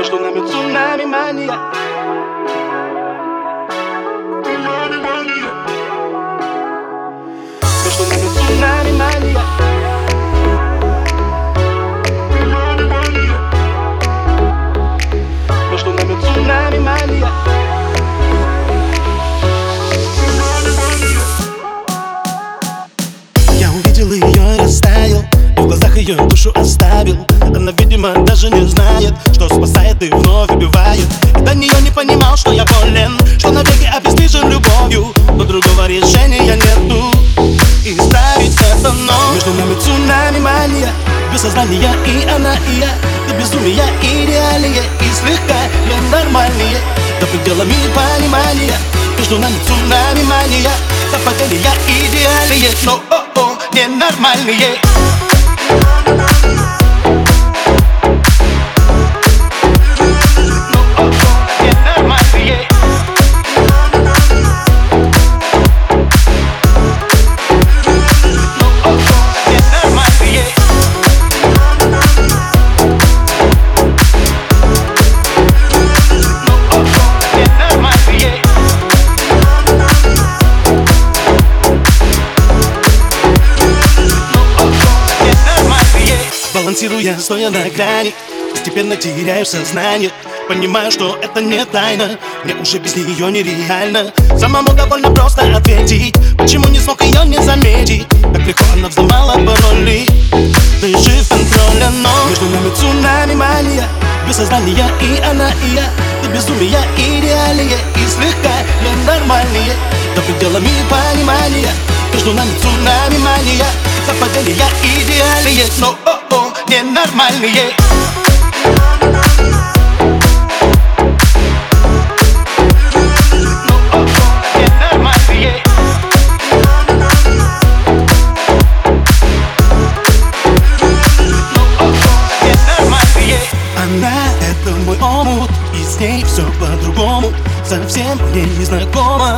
Между нами цунами мания. Между нами цунами мания. Между нами цунами мания. Я увидел ее и растаял, и в глазах ее душу оставил. Она, видимо, даже не знает, что спасает и вновь убивает. И до нее не понимал, что я болен, что навеки обездвижен любовью, но другого решения нету исправить это, но между нами цунами мания. Без сознания и она, и я. До безумия идеальнее и слегка ненормальнее, до пределами понимания. Между нами цунами мания. Совпадения идеальные, но ненормальные. Балансируя, стоя на грани, постепенно теряю сознание. Понимаю, что это не тайна, мне уже без нее нереально. Самому довольно просто ответить, почему не смог ее не заметить. Так легко она взломала пароли, держи в контроле, но между нами цунами мания. Без сознания и она, и я. До безумия идеальнее и слегка ненормальнее, до пределами понимания. Между нами цунами мания. Совпадения идеальные, но ненормальные. Она — это мой омут, и с ней все по-другому, совсем мне не знакомо.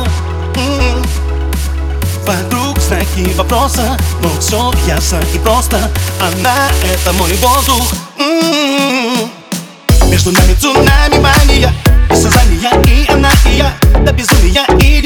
Вокруг знаки вопроса, но все ясно и просто. Она — это мой воздух. Между нами цунами мания. Без сознания и она, и я. До безумия и